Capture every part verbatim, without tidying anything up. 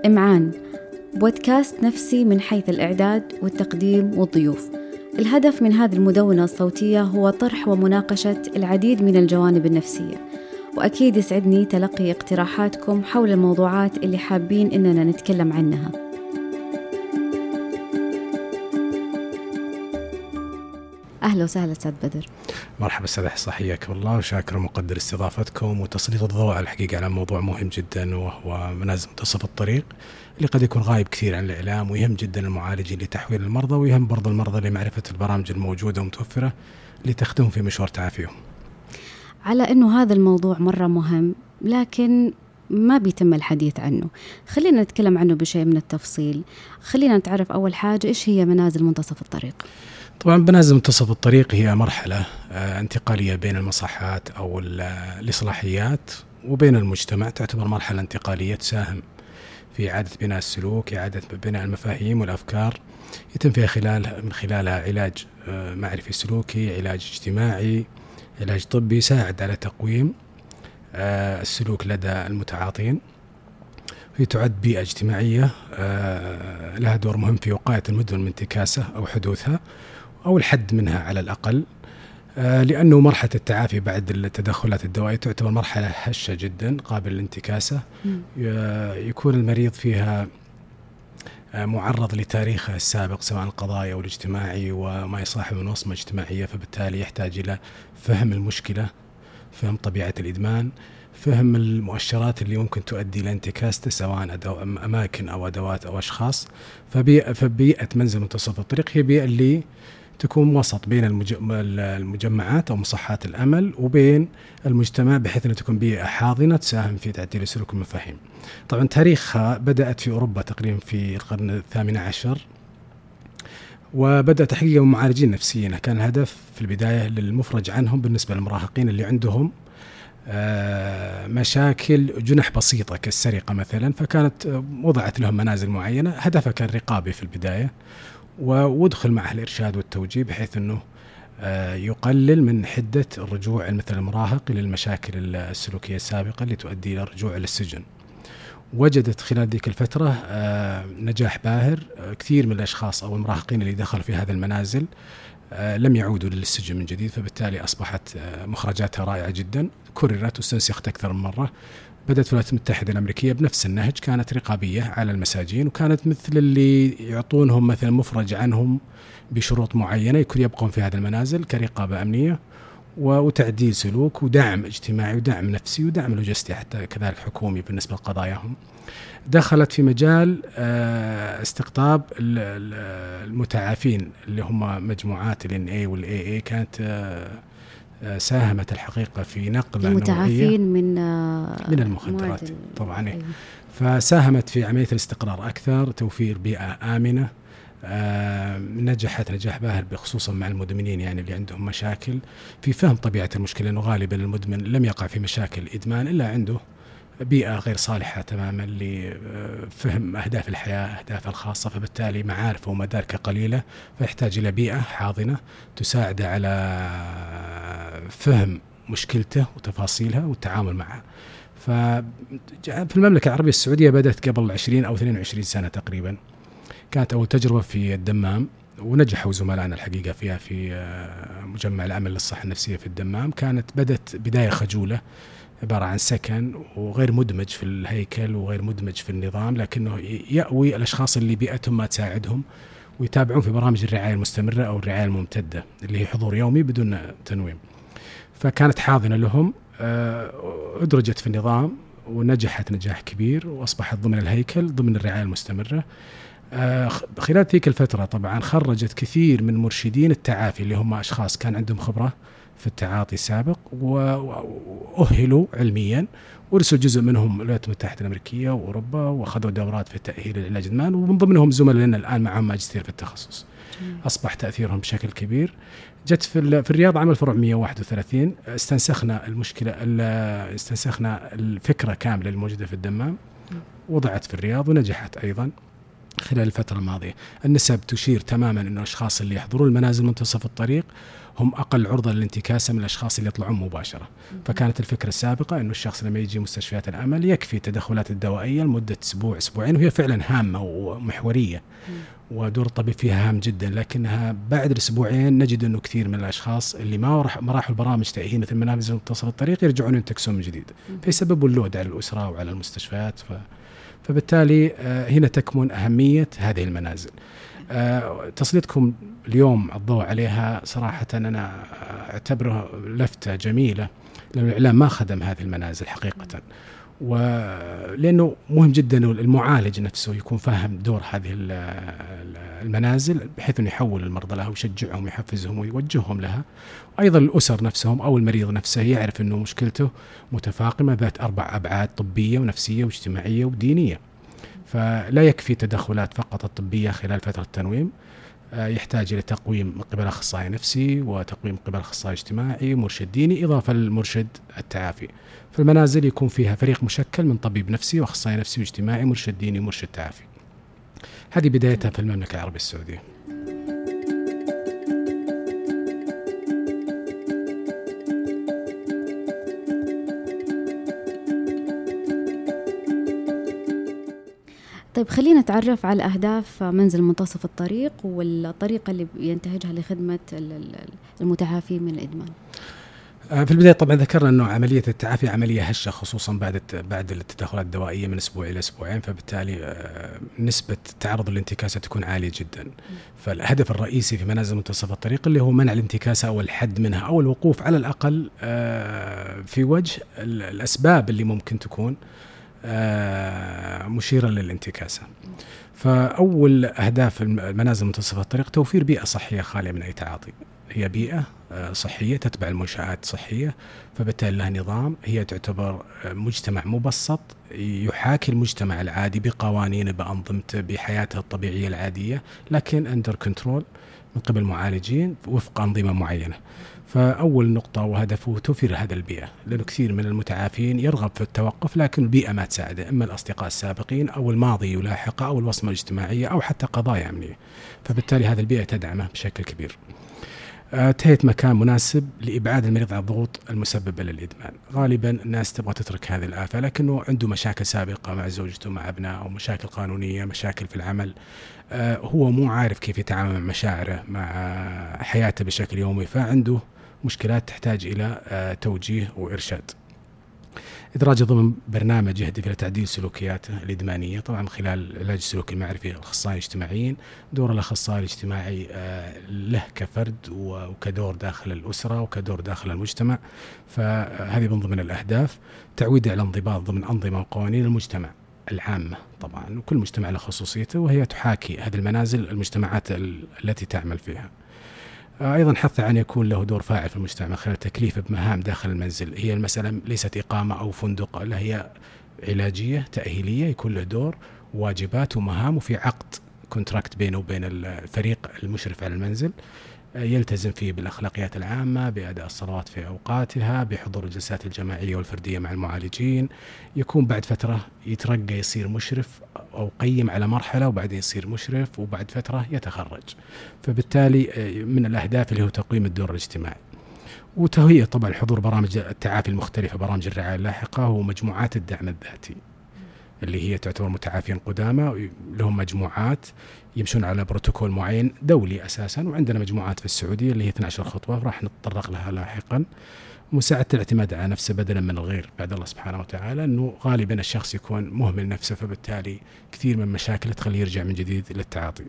إمعان، بودكاست نفسي من حيث الإعداد والتقديم والضيوف. الهدف من هذه المدونة الصوتية هو طرح ومناقشة العديد من الجوانب النفسية، وأكيد يسعدني تلقي اقتراحاتكم حول الموضوعات اللي حابين إننا نتكلم عنها. أهلا وسهلا أستاذ بدر. مرحبا أستاذ حصة، حياك الله، وشاكر ومقدر استضافتكم وتسليط الضوء على الحقيقة على موضوع مهم جدا، وهو منازل منتصف الطريق اللي قد يكون غايب كثير عن الإعلام، ويهم جدا المعالجين لتحويل المرضى، ويهم برضو المرضى لمعرفة البرامج الموجودة ومتوفرة لتخدمهم في مشوار تعافيهم. على أنه هذا الموضوع مرة مهم لكن ما بيتم الحديث عنه، خلينا نتكلم عنه بشيء من التفصيل. خلينا نتعرف أول حاجة إيش هي منازل منتصف الطريق. طبعا منازل منتصف الطريق هي مرحلة انتقالية بين المصحات أو الإصلاحيات وبين المجتمع، تعتبر مرحلة انتقالية تساهم في إعادة بناء السلوك، إعادة بناء المفاهيم والأفكار، يتم فيها خلال من خلالها علاج معرفي سلوكي، علاج اجتماعي، علاج طبي يساعد على تقويم السلوك لدى المتعاطين. هي تعد بيئة اجتماعية لها دور مهم في وقاية المدمن من انتكاسة أو حدوثها أو الحد منها على الأقل، لأنه مرحلة التعافي بعد التدخلات الدوائية تعتبر مرحلة هشة جدا قابل للانتكاسة. يكون المريض فيها معرض لتاريخه السابق سواء القضائي أو الاجتماعي وما يصاحب من وصمة اجتماعية، فبالتالي يحتاج إلى فهم المشكلة، فهم طبيعة الإدمان، فهم المؤشرات اللي ممكن تؤدي لانتكاسته سواء أماكن أو أدوات أو أشخاص. فبيئة, فبيئة منزل منتصف الطريق هي بيئة اللي تكون وسط بين المجمعات أو مصحات الأمل وبين المجتمع، بحيث أن تكون بيئة حاضنة تساهم في تعديل سلوك المفاهيم. طبعا تاريخها بدأت في أوروبا تقريبا في القرن الثامن عشر، وبدأ تحقيق معالجين نفسيين. كان الهدف في البداية للمفرج عنهم بالنسبة للمراهقين اللي عندهم مشاكل جنح بسيطة كالسرقة مثلا، فكانت وضعت لهم منازل معينة هدفها كان رقابي في البداية، وودخل معه الإرشاد والتوجيه بحيث أنه يقلل من حدة الرجوع مثل المراهق للمشاكل السلوكية السابقة اللي تؤدي إلى الرجوع إلى السجن. وجدت خلال ذيك الفترة نجاح باهر، كثير من الأشخاص أو المراهقين اللي دخلوا في هذه المنازل لم يعودوا للسجن من جديد، فبالتالي أصبحت مخرجاتها رائعة جدا، كررت واستنسخت أكثر من مرة. بدأت في الولايات المتحدة الأمريكية بنفس النهج، كانت رقابية على المساجين، وكانت مثل اللي يعطونهم مثلا مفرج عنهم بشروط معينة يكون يبقون في هذه المنازل كرقابة أمنية وتعديل سلوك ودعم اجتماعي ودعم نفسي ودعم لوجستي حتى كذلك حكومي بالنسبة لقضاياهم. دخلت في مجال استقطاب المتعافين اللي هم مجموعات ال إن إيه وال إيه إيه، كانت ساهمت الحقيقة في نقل المتعافين من من المخدرات طبعا. أيوه. فساهمت في عملية الاستقرار أكثر، توفير بيئة آمنة. آه نجحت نجاح باهر بخصوصا مع المدمنين، يعني اللي عندهم مشاكل في فهم طبيعة المشكلة، لأنه غالبا المدمن لم يقع في مشاكل إدمان إلا عنده بيئة غير صالحة تماما لفهم أهداف الحياة، أهداف الخاصة، فبالتالي معارفه ومداركه قليلة، فيحتاج إلى بيئة حاضنة تساعده على فهم مشكلته وتفاصيلها والتعامل معها. ففي المملكة العربية السعودية بدأت قبل عشرين أو اثنين وعشرين سنة تقريبا، كانت أول تجربة في الدمام، ونجحوا زملائنا الحقيقة فيها في مجمع العمل للصحة النفسية في الدمام. كانت بدأت بداية خجولة، عبارة عن سكن وغير مدمج في الهيكل وغير مدمج في النظام، لكنه يأوي الأشخاص اللي بيئتهم ما تساعدهم، ويتابعون في برامج الرعاية المستمرة أو الرعاية الممتدة اللي هي حضور يومي بدون تنويم. فكانت حاضنة لهم، أدرجت في النظام ونجحت نجاح كبير، وأصبحت ضمن الهيكل ضمن الرعاية المستمرة. خلال تلك الفترة طبعا خرجت كثير من مرشدين التعافي اللي هم أشخاص كان عندهم خبرة في التعاطي سابق وأهلوا علميا، ورسل جزء منهم الولايات المتحدة الأمريكية وأوروبا، وأخذوا دورات في تأهيل العلاج الإدمان، ومن ضمنهم زملاء لنا الآن معهم ماجستير في التخصص. أصبح تأثيرهم بشكل كبير. جت في في الرياض عمل فروع مئة وواحد وثلاثين، استنسخنا المشكلة استنسخنا الفكرة كاملة الموجودة في الدمام، وضعت في الرياض ونجحت أيضا خلال الفترة الماضية. النسب تشير تماما أن الأشخاص اللي يحضرون المنازل منتصف الطريق هم أقل عرضة للانتكاسة من الأشخاص اللي يطلعون مباشرة. فكانت الفكرة السابقة أنه الشخص لما يجي مستشفيات الأمل يكفي التدخلات الدوائية لمدة أسبوع أسبوعين، وهي فعلا هامة ومحورية ودور الطبيب فيها هام جدا، لكنها بعد الأسبوعين نجد أنه كثير من الأشخاص اللي ما راحوا البرامج تأهيل مثل منافذ منتصف الطريق يرجعون ينتكسون من جديد، فيسببوا اللود على الأسرة وعلى المستشفيات. ف... فبالتالي هنا تكمن أهمية هذه المنازل. تسليطكم اليوم الضوء عليها صراحة أنا أعتبره لفتة جميلة، لأن الإعلام ما خدم هذه المنازل حقيقة، ولأنه مهم جدا المعالج نفسه يكون فاهم دور هذه المنازل بحيث أنه يحول المرضى لها ويشجعهم ويحفزهم ويوجههم لها، وأيضا الأسر نفسهم أو المريض نفسه يعرف أنه مشكلته متفاقمة ذات أربع أبعاد طبية ونفسية واجتماعية ودينية. فلا يكفي تدخلات فقط الطبية خلال فترة التنويم، يحتاج إلى تقويم من قبل أخصائي نفسي وتقويم من قبل أخصائي اجتماعي مرشد ديني إضافة للمرشد التعافي. في المنازل يكون فيها فريق مشكل من طبيب نفسي وأخصائي نفسي واجتماعي مرشد ديني ومرشد تعافي. هذه بدايتها في المملكة العربية السعودية. طيب خلينا نتعرف على أهداف منزل منتصف الطريق والطريقة اللي ينتهجها لخدمة المتعافين من الإدمان. في البداية طبعا ذكرنا أنه عملية التعافي عملية هشة خصوصا بعد بعد التدخلات الدوائية من أسبوع إلى أسبوعين، فبالتالي نسبة التعرض للانتكاسة تكون عالية جدا. فالهدف الرئيسي في منازل منتصف الطريق اللي هو منع الانتكاسة أو الحد منها أو الوقوف على الأقل في وجه الأسباب اللي ممكن تكون مشيرة للانتكاسة. فأول أهداف المنازل منتصف الطريق توفير بيئة صحية خالية من أي تعاطي. هي بيئة صحية تتبع المنشآت الصحية، فبالتالي لها نظام. هي تعتبر مجتمع مبسط يحاكي المجتمع العادي بقوانينه بأنظمته بحياته الطبيعية العادية، لكن under control من قبل معالجين وفق أنظمة معينة. فأول نقطة وهدفه توفير هذا البيئة، لأنه كثير من المتعافين يرغب في التوقف لكن البيئة ما تساعده، إما الأصدقاء السابقين أو الماضي يلاحقه أو الوصمة الاجتماعية أو حتى قضايا أمنية، فبالتالي هذا البيئة تدعمه بشكل كبير. تهيئة مكان مناسب لإبعاد المريض عن الضغوط المسببة للإدمان. غالبا الناس تبغى تترك هذه الآفة لكنه عنده مشاكل سابقة مع زوجته مع أبنائه أو مشاكل قانونية مشاكل في العمل، هو مو عارف كيف يتعامل مع مشاعره مع حياته بشكل يومي، فعنده مشكلات تحتاج إلى توجيه وإرشاد. إدراجه ضمن برنامج يهدف إلى تعديل سلوكياته الإدمانية، طبعا من خلال العلاج السلوكي المعرفي الأخصائي الاجتماعيين. دور الأخصائي الاجتماعي له كفرد وكدور داخل الأسرة وكدور داخل المجتمع، فهذه من ضمن الأهداف. تعويد على الانضباط ضمن أنظمة وقوانين المجتمع العامة، طبعا وكل مجتمع له خصوصيته، وهي تحاكي هذه المنازل المجتمعات التي تعمل فيها. أيضا حث عن يكون له دور فاعل في المجتمع خلال تكليفه بمهام داخل المنزل. هي المسألة ليست إقامة أو فندق، لا هي علاجية تأهيلية، يكون له دور واجبات ومهام، وفي عقد كونتراكت بينه وبين الفريق المشرف على المنزل يلتزم فيه بالأخلاقيات العامة، بأداء الصلوات في أوقاتها، بحضور الجلسات الجماعية والفردية مع المعالجين. يكون بعد فترة يترقى يصير مشرف أو قيم على مرحلة، وبعدين يصير مشرف، وبعد فترة يتخرج. فبالتالي من الأهداف اللي هو تقويم الدور الاجتماعي، وتهيئة طبعا حضور برامج التعافي المختلفة، برامج الرعاية اللاحقة ومجموعات الدعم الذاتي اللي هي تعتبر متعافين قدامى، لهم مجموعات يمشون على بروتوكول معين دولي أساسا، وعندنا مجموعات في السعودية اللي هي اثنتي عشرة خطوة راح نتطرق لها لاحقا. مساعدة الاعتماد على نفسه بدلا من الغير بعد الله سبحانه وتعالى، أنه غالبا الشخص يكون مهمل نفسه، فبالتالي كثير من مشاكل تخليه يرجع من جديد للتعاطي.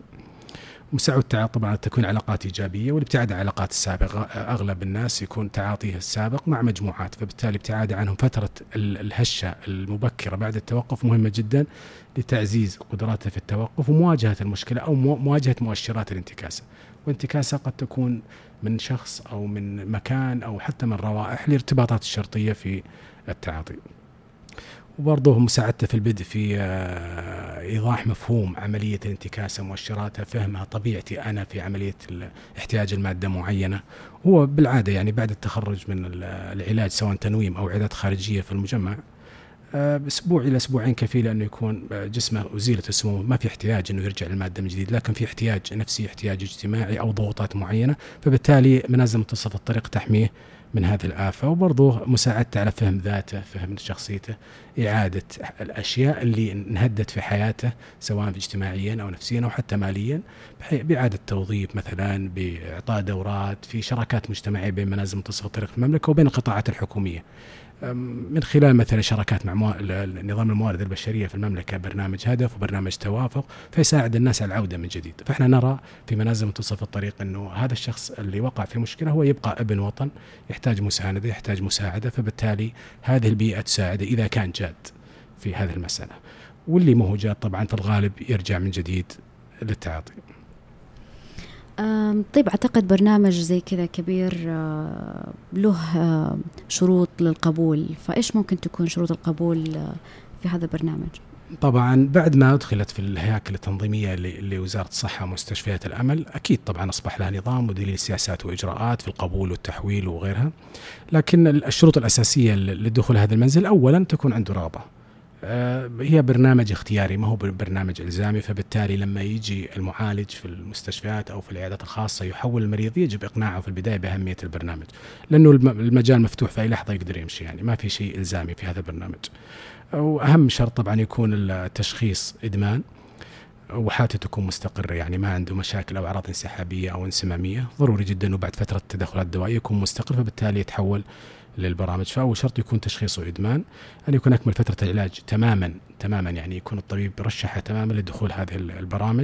مساعدة طبعا تكون علاقات إيجابية، والابتعاد عن العلاقات السابقة. أغلب الناس يكون تعاطيه السابق مع مجموعات، فبالتالي ابتعاد عنهم فترة الهشة المبكرة بعد التوقف مهمة جدا لتعزيز قدراته في التوقف ومواجهة المشكلة أو مواجهة مؤشرات الانتكاسة. والانتكاسة قد تكون من شخص أو من مكان أو حتى من روائح الارتباطات الشرطية في التعاطي. وبرضه مساعدته في البدء في إيضاح مفهوم عملية الانتكاسة، مؤشراتها، فهمها، طبيعتي أنا في عملية احتياج المادة معينة. هو بالعادة يعني بعد التخرج من العلاج سواء تنويم أو عيادات خارجية في المجمع أسبوع إلى أسبوعين كفيل أنه يكون جسمه أزيلت السموم، ما في احتياج أنه يرجع للمادة من جديد، لكن في احتياج نفسي، احتياج اجتماعي أو ضغوطات معينة، فبالتالي منازل منتصف الطريق تحميه من هذه الآفة، وبرضه مساعدته على فهم ذاته، فهم شخصيته، إعادة الأشياء اللي انهدت في حياته سواء اجتماعيا أو نفسيا أو حتى ماليا، بإعادة توظيف مثلا، بإعطاء دورات في شراكات مجتمعية بين منازل منتصف الطريق في المملكة وبين القطاعات الحكومية، من خلال مثلا شراكات مع مو... نظام الموارد البشرية في المملكة، برنامج هدف وبرنامج توافق، فيساعد الناس على العودة من جديد. فإحنا نرى في منازل منتصف الطريق أنه هذا الشخص اللي وقع في مشكلة هو يبقى ابن وطن، يحتاج مساندة، يحتاج مساعدة، فبالتالي هذه البيئة تساعده إذا كان جاد في هذه المسألة، واللي ما هو جاد طبعا في الغالب يرجع من جديد للتعاطي. طيب، أعتقد برنامج زي كذا كبير له شروط للقبول، فإيش ممكن تكون شروط القبول في هذا البرنامج؟ طبعا بعد ما أدخلت في الهياكل التنظيمية لوزارة الصحة ومستشفيات الأمل، أكيد طبعا أصبح لها نظام ودليل سياسات وإجراءات في القبول والتحويل وغيرها، لكن الشروط الأساسية للدخول هذا المنزل أولا تكون عنده رغبة، هي برنامج اختياري ما هو برنامج إلزامي، فبالتالي لما يجي المعالج في المستشفيات أو في العيادات الخاصة يحول المريض يجب إقناعه في البداية بأهمية البرنامج، لأنه المجال مفتوح في أي لحظة يقدر يمشي، يعني ما في شيء إلزامي في هذا البرنامج. وأهم شرط طبعا يكون التشخيص إدمان وحالته تكون مستقرة، يعني ما عنده مشاكل أو أعراض انسحابية أو انسمامية، ضروري جدا أنه بعد فترة التدخلات الدوائية يكون مستقر، فبالتالي يتحول للبرامج. فأول شرط يكون تشخيصه إدمان، أن يكون أكمل فترة العلاج تماما تماما، يعني يكون الطبيب رشحه تماما لدخول هذه البرامج،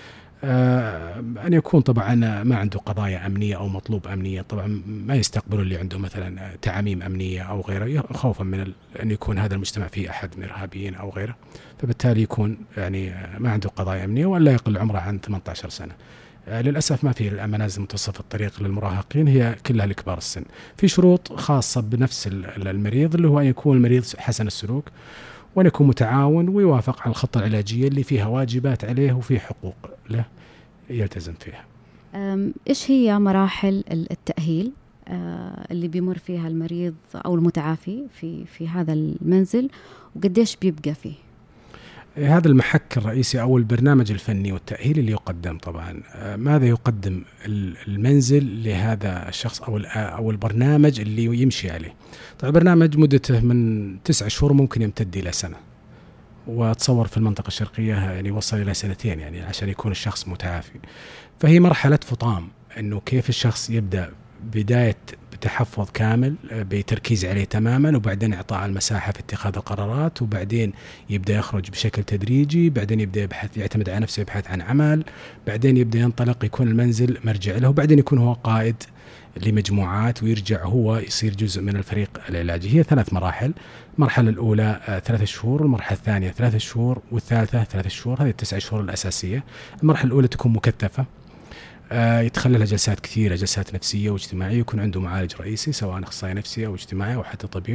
آه أن يكون طبعا ما عنده قضايا أمنية أو مطلوب أمنية، طبعا ما يستقبلوا اللي عنده مثلا تعاميم أمنية أو غيره، خوفا من أن يكون هذا المجتمع فيه أحد من الإرهابيين أو غيره، فبالتالي يكون يعني ما عنده قضايا أمنية، ولا يقل عمره عن ثمانية عشر سنة. للأسف ما في منازل منتصف الطريق للمراهقين، هي كلها لكبار السن. في شروط خاصة بنفس المريض اللي هو أن يكون المريض حسن السلوك، وأن يكون متعاون ويوافق على الخطة العلاجية اللي فيها واجبات عليه وفي حقوق له يلتزم فيها. إيش هي مراحل التأهيل اللي بيمر فيها المريض أو المتعافي في في هذا المنزل، وقديش بيبقى فيه؟ هذا المحك الرئيسي أو البرنامج الفني والتأهيل اللي يقدم. طبعا ماذا يقدم المنزل لهذا الشخص أو أو البرنامج اللي يمشي عليه؟ طبعا برنامج مدته من تسع شهور ممكن يمتد إلى سنة، وتصور في المنطقة الشرقية يعني وصل إلى سنتين، يعني عشان يكون الشخص متعافي. فهي مرحلة فطام، إنه كيف الشخص يبدأ بداية بتحفظ كامل بتركيز عليه تماما، وبعدين إعطاء المساحة في اتخاذ القرارات، وبعدين يبدأ يخرج بشكل تدريجي، بعدين يبدأ يبحث، يعتمد على نفسه، يبحث عن عمل، بعدين يبدأ ينطلق، يكون المنزل مرجع له، وبعدين يكون هو قائد لمجموعات ويرجع هو يصير جزء من الفريق العلاجي. هي ثلاث مراحل، المرحلة الأولى ثلاثة شهور، المرحلة الثانية ثلاثة شهور، والثالثة ثلاثة شهور. هذه التسع شهور الأساسية. المرحلة الأولى تكون مكثفة، يتخلى لها جلسات كثيرة، جلسات نفسية واجتماعية، يكون عنده معالج رئيسي سواء أخصائي نفسي أو اجتماعي أو حتى طبيب.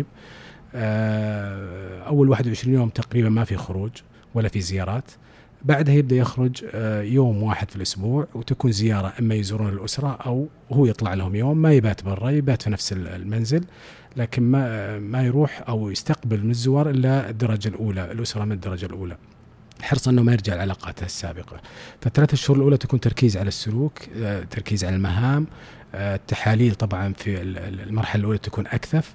أول واحد وعشرين يوم تقريبا ما في خروج ولا في زيارات، بعدها يبدأ يخرج يوم واحد في الأسبوع، وتكون زيارة إما يزورون الأسرة أو هو يطلع لهم يوم، ما يبات برا، يبات في نفس المنزل، لكن ما ما يروح أو يستقبل من الزوار إلا الدرجة الأولى، الأسرة من الدرجة الأولى، حرص أنه ما يرجع لعلاقاته السابقة. فالثلاث الشهور الأولى تكون تركيز على السلوك، تركيز على المهام، التحاليل طبعا في المرحلة الأولى تكون أكثف،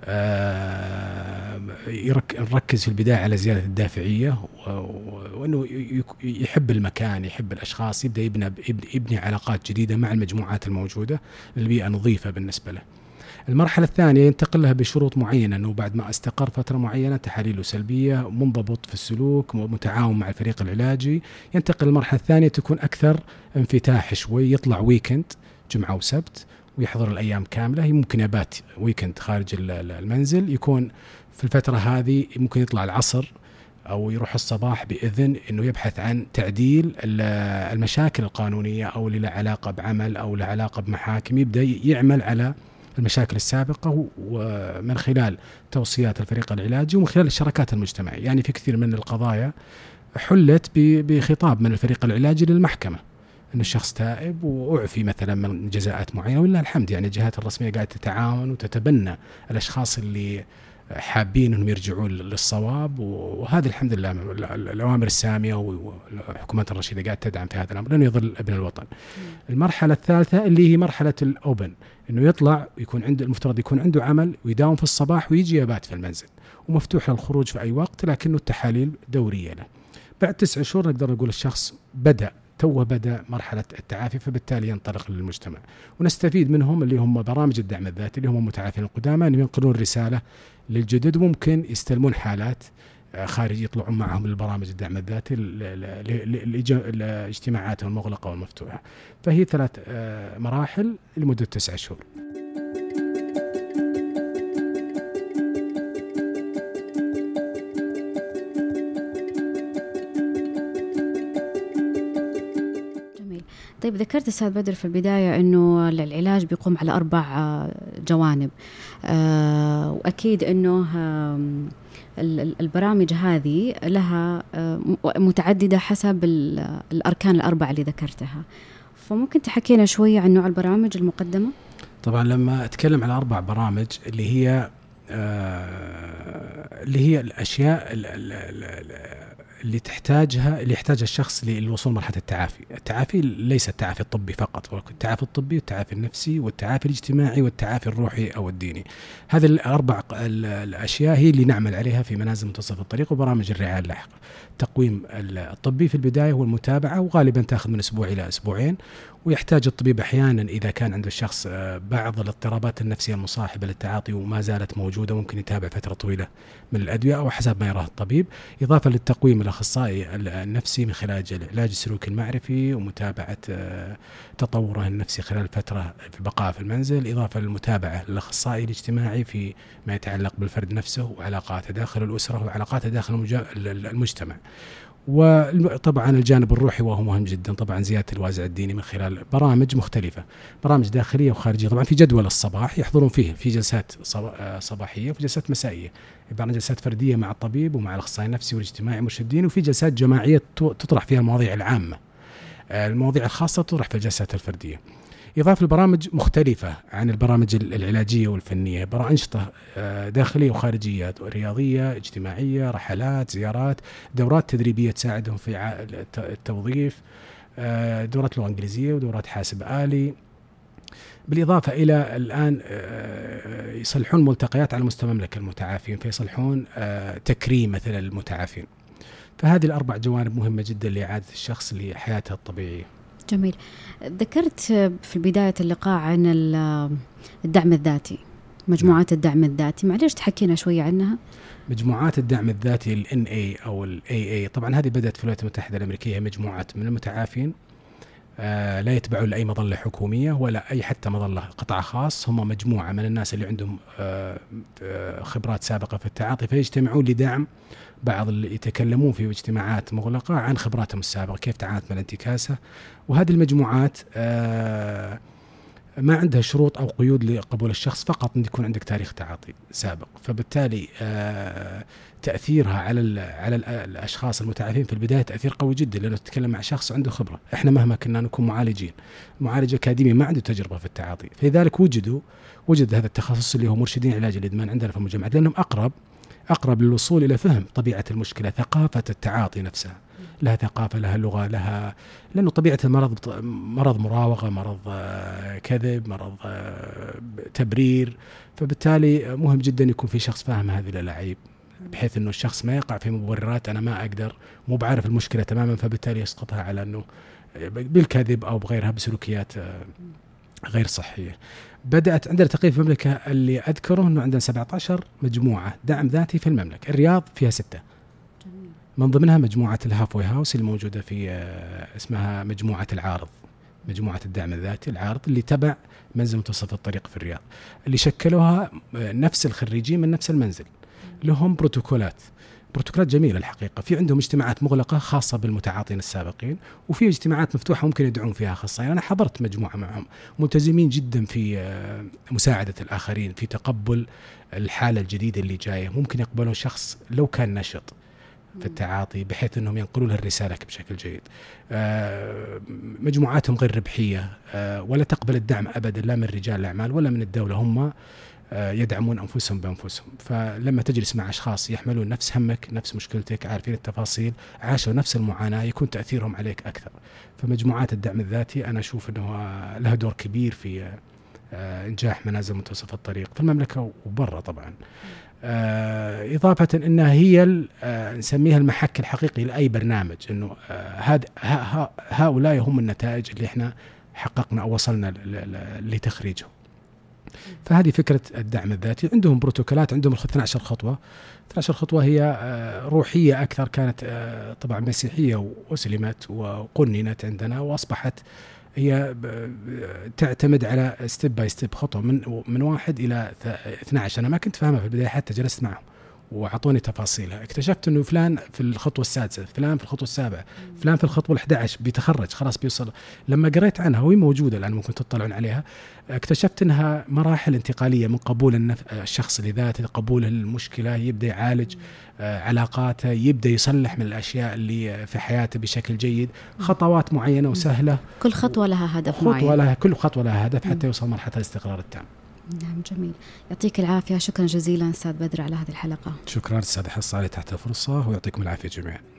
نركز في البداية على زيادة الدافعية، وأنه يحب المكان، يحب الأشخاص، يبدأ يبني, يبني علاقات جديدة مع المجموعات الموجودة، البيئة نظيفة بالنسبة له. المرحلة الثانية ينتقل لها بشروط معينة، أنه بعد ما استقر فترة معينة، تحاليله سلبية، منضبط في السلوك، متعاون مع الفريق العلاجي، ينتقل المرحلة الثانية تكون أكثر انفتاح شوي، يطلع ويكند جمعة وسبت ويحضر الأيام كاملة، ممكن يبات ويكند خارج المنزل، يكون في الفترة هذه ممكن يطلع العصر أو يروح الصباح بإذن، أنه يبحث عن تعديل المشاكل القانونية أو اللي لها علاقة بعمل أو لها علاقة بمحاكم، يبدأ يعمل على المشاكل السابقة، ومن خلال توصيات الفريق العلاجي ومن خلال الشراكات المجتمعية. يعني في كثير من القضايا حلت بخطاب من الفريق العلاجي للمحكمة أن الشخص تائب وأعفي مثلا من جزاءات معينة، ولله الحمد يعني الجهات الرسمية قاعدة تتعاون وتتبنى الأشخاص اللي حابين أنهم يرجعون للصواب، وهذه الحمد لله الأوامر السامية وحكومة الرشيدة قاعدة تدعم في هذا الأمر لأنه يظل ابن الوطن. المرحلة الثالثة اللي هي مرحلة الأوبن، أنه يطلع ويكون عنده، المفترض يكون عنده عمل ويداوم في الصباح ويجي يبات في المنزل ومفتوح للخروج في أي وقت، لكنه التحاليل دورية له. بعد تسع شهور نقدر نقول الشخص بدأ توه بدأ مرحلة التعافي، فبالتالي ينطلق للمجتمع، ونستفيد منهم اللي هم برامج الدعم الذاتي اللي هم متعافين القدامى، أن ينقلون رسالة للجدد، وممكن يستلمون حالات خارج يطلعون معهم للبرامج الدعم الذاتي الاجتماعات المغلقة والمفتوحة. فهي ثلاث مراحل لمدة تسع شهور. طيب ذكرت أستاذ بدر في البداية أنه العلاج بيقوم على أربع جوانب، أه وأكيد أنه البرامج هذه لها متعددة حسب الأركان الأربعة اللي ذكرتها، فممكن تحكينا شوية عن نوع البرامج المقدمة؟ طبعا لما أتكلم على أربع برامج اللي هي أه اللي هي الأشياء اللي تحتاجها اللي يحتاجها الشخص للوصول مرحلة التعافي. التعافي ليس التعافي الطبي فقط، ولكن التعافي الطبي والتعافي النفسي والتعافي الاجتماعي والتعافي الروحي أو الديني. هذه الأربع الأشياء هي اللي نعمل عليها في منازل منتصف الطريق وبرامج الرعاية اللاحقة. التقويم الطبي في البداية هو المتابعة، وغالبا تأخذ من أسبوع إلى أسبوعين، ويحتاج الطبيب أحيانا إذا كان عند الشخص بعض الاضطرابات النفسية المصاحبة للتعاطي وما زالت موجودة ممكن يتابع فترة طويلة من الأدوية أو حسب ما يراه الطبيب، إضافة للتقويم الأخصائي النفسي من خلال العلاج السلوكي المعرفي ومتابعة تطوره النفسي خلال الفترة في بقاء في المنزل، إضافة للمتابعة للأخصائي الاجتماعي في ما يتعلق بالفرد نفسه وعلاقاته داخل الأسرة وعلاقاته داخل المجتمع. وطبعا الجانب الروحي وهو مهم جدا، طبعا زيادة الوازع الديني من خلال برامج مختلفة، برامج داخلية وخارجية. طبعا في جدول الصباح يحضرون فيه في جلسات صباحية وفي جلسات مسائية، عبارة عن جلسات فردية مع الطبيب ومع الأخصائي النفسي والاجتماعي مرشدين، وفي جلسات جماعية تطرح فيها المواضيع العامة. المواضيع الخاصة تطرح في الجلسات الفردية، إضافة لبرامج مختلفة عن البرامج العلاجية والفنية، برامج أنشطة داخلية وخارجية، رياضية، اجتماعية، رحلات، زيارات، دورات تدريبية تساعدهم في التوظيف، دورات لغة إنجليزية ودورات حاسب آلي، بالإضافة إلى الآن يصلحون ملتقيات على مستوى المملكة المتعافين، فيصلحون تكريم مثل المتعافين. فهذه الأربع جوانب مهمة جدا لإعادة الشخص لحياته الطبيعية. جميل. ذكرت في البداية اللقاء عن الدعم الذاتي، مجموعات الدعم الذاتي، معليش تحكينا شوية عنها؟ مجموعات الدعم الذاتي ال إن إيه أو ال إيه إيه طبعا هذه بدأت في الولايات المتحدة الأمريكية، مجموعات من المتعافين آه لا يتبعون لأي مظلة حكومية ولا أي حتى مظلة قطاع خاص، هم مجموعة من الناس اللي عندهم آه خبرات سابقة في التعاطي، فيجتمعون لدعم بعض اللي يتكلمون في اجتماعات مغلقة عن خبراتهم السابقة كيف تعاملت مع الانتكاسة. وهذه المجموعات آه ما عندها شروط أو قيود لقبول الشخص، فقط أن يكون عندك تاريخ تعاطي سابق، فبالتالي آه تأثيرها على ال على ال الأشخاص المتعافين في البداية تأثير قوي جدا، لأنه تتكلم مع شخص عنده خبرة. إحنا مهما كنا نكون معالجين، معالج أكاديمي ما عنده تجربة في التعاطي، فلذلك وجدوا وجد هذا التخصص اللي هو مرشدين علاج الإدمان عندنا في المجمعات، لأنهم أقرب أقرب للوصول إلى فهم طبيعة المشكلة، ثقافة التعاطي نفسها، لها ثقافة، لها لغة، لها، لأنه طبيعة المرض مرض مراوغة، مرض كذب، مرض تبرير، فبالتالي مهم جدا يكون في شخص فاهم هذه الألاعيب، بحيث أنه الشخص ما يقع في مبررات أنا ما أقدر، مو بعرف المشكلة تماما، فبالتالي يسقطها على أنه بالكذب أو بغيرها بسلوكيات غير صحية. بدأت عندنا تقريبا في المملكة اللي أذكره أنه عندنا سبعة عشر مجموعة دعم ذاتي في المملكة. الرياض فيها ستة، من ضمنها مجموعة الهافوي هاوس الموجودة في اسمها مجموعة العارض، مجموعة الدعم الذاتي العارض اللي تبع منزل منتصف الطريق في الرياض، اللي شكلوها نفس الخريجين من نفس المنزل، لهم بروتوكولات بروتوكولات جميلة الحقيقة. في عندهم اجتماعات مغلقة خاصة بالمتعاطين السابقين، وفي اجتماعات مفتوحة ممكن يدعون فيها أخصائيين. أنا حضرت مجموعة معهم ملتزمين جدا في مساعدة الآخرين في تقبل الحالة الجديدة اللي جاية، ممكن يقبلون شخص لو كان نشط في التعاطي بحيث أنهم ينقلوا له الرسالة بشكل جيد. مجموعاتهم غير ربحية ولا تقبل الدعم أبدا، لا من رجال الأعمال ولا من الدولة، هم يدعمون أنفسهم بأنفسهم. فلما تجلس مع أشخاص يحملون نفس همك نفس مشكلتك عارفين التفاصيل عاشوا نفس المعاناة يكون تأثيرهم عليك أكثر. فمجموعات الدعم الذاتي أنا أشوف أنه لها دور كبير في إنجاح منازل منتصف الطريق في المملكة وبرا طبعا. إضافة أنها هي نسميها المحك الحقيقي لأي برنامج، أنه هؤلاء هم النتائج اللي إحنا حققنا أو وصلنا لتخريجهم. فهذه فكرة الدعم الذاتي. عندهم بروتوكولات، عندهم اثنتي عشرة خطوة. اثنتي عشرة خطوة هي روحية أكثر، كانت طبعا مسيحية وأسلمت وقننت عندنا وأصبحت هي تعتمد على ستيب باي ستيب، خطوة من من واحد إلى اثني عشر. أنا ما كنت فاهمها في البداية حتى جلست معهم وعطوني تفاصيلها. اكتشفت انه فلان في الخطوه السادسه، فلان في الخطوه السابعه، فلان في الخطوه الأحد عشر بيتخرج خلاص بيوصل. لما قريت عنها وهي موجوده الان ممكن تطلعون عليها، اكتشفت انها مراحل انتقاليه من قبول النف... الشخص لذاته، قبول المشكله، يبدا يعالج علاقاته، يبدا يصلح من الاشياء اللي في حياته بشكل جيد، خطوات معينه وسهله. كل خطوه لها هدف خطوة معين. لها كل خطوه لها هدف حتى يوصل مرحله الاستقرار التام. نعم جميل، يعطيك العافية. شكرا جزيلا أستاذ بدر على هذه الحلقة. شكرا أستاذ حصة علي تحت الفرصة، ويعطيكم العافية جميعا.